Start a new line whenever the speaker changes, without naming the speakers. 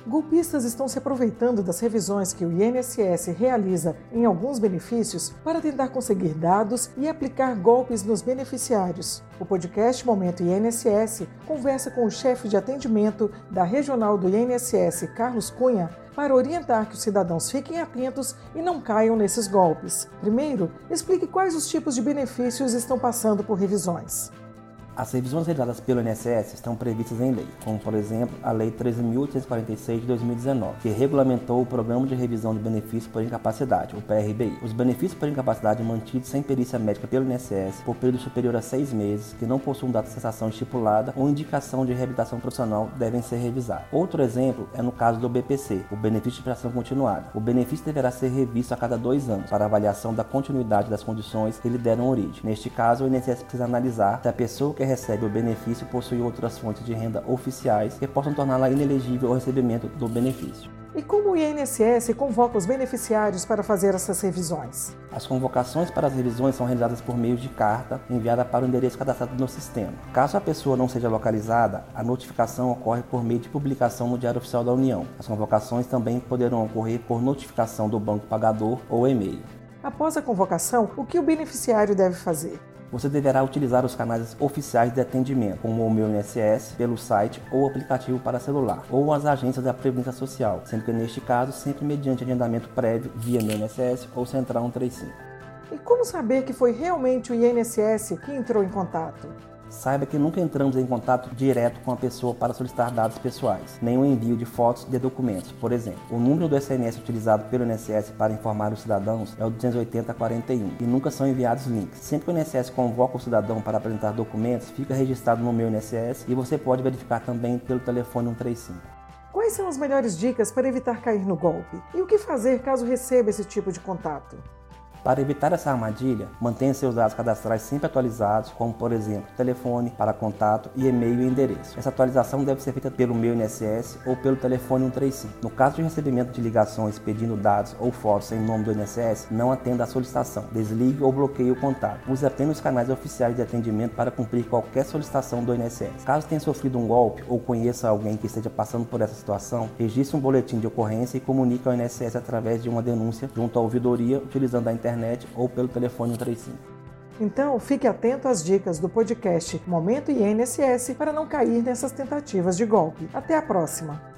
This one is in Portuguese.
Golpistas estão se aproveitando das revisões que o INSS realiza em alguns benefícios para tentar conseguir dados e aplicar golpes nos beneficiários. O podcast Momento INSS conversa com o chefe de atendimento da regional do INSS, Carlos Cunha, para orientar que os cidadãos fiquem atentos e não caiam nesses golpes. Primeiro, explique quais os tipos de benefícios estão passando por revisões.
As revisões realizadas pelo INSS estão previstas em lei, como, por exemplo, a Lei 13.846 de 2019, que regulamentou o Programa de Revisão de Benefícios por Incapacidade, o PRBI. Os benefícios por incapacidade mantidos sem perícia médica pelo INSS por período superior a 6 meses, que não possuam data de cessação estipulada ou indicação de reabilitação profissional, devem ser revisados. Outro exemplo é no caso do BPC, o Benefício de Prestação Continuada. O benefício deverá ser revisto a cada 2 anos, para avaliação da continuidade das condições que lhe deram origem. Neste caso, o INSS precisa analisar se a pessoa que recebe o benefício possui outras fontes de renda oficiais que possam torná-la inelegível ao recebimento do benefício.
E como o INSS convoca os beneficiários para fazer essas revisões?
As convocações para as revisões são realizadas por meio de carta enviada para o endereço cadastrado no sistema. Caso a pessoa não seja localizada, a notificação ocorre por meio de publicação no Diário Oficial da União. As convocações também poderão ocorrer por notificação do banco pagador ou e-mail.
Após a convocação, o que o beneficiário deve fazer?
Você deverá utilizar os canais oficiais de atendimento, como o Meu INSS, pelo site ou aplicativo para celular, ou as agências da Previdência Social, sendo que neste caso sempre mediante agendamento prévio via Meu INSS ou Central 135.
E como saber que foi realmente o INSS que entrou em contato?
Saiba que nunca entramos em contato direto com a pessoa para solicitar dados pessoais, nem o envio de fotos de documentos. Por exemplo, o número do SMS utilizado pelo INSS para informar os cidadãos é o 28041 e nunca são enviados links. Sempre que o INSS convoca o cidadão para apresentar documentos, fica registrado no Meu INSS e você pode verificar também pelo telefone 135.
Quais são as melhores dicas para evitar cair no golpe? E o que fazer caso receba esse tipo de contato?
Para evitar essa armadilha, mantenha seus dados cadastrais sempre atualizados, como por exemplo, telefone para contato e e-mail e endereço. Essa atualização deve ser feita pelo Meu INSS ou pelo telefone 135. No caso de recebimento de ligações pedindo dados ou fotos em nome do INSS, não atenda à solicitação. Desligue ou bloqueie o contato. Use apenas os canais oficiais de atendimento para cumprir qualquer solicitação do INSS. Caso tenha sofrido um golpe ou conheça alguém que esteja passando por essa situação, registre um boletim de ocorrência e comunique ao INSS através de uma denúncia junto à ouvidoria utilizando a internet ou pelo telefone 135.
Então, fique atento às dicas do podcast Momento INSS para não cair nessas tentativas de golpe. Até a próxima!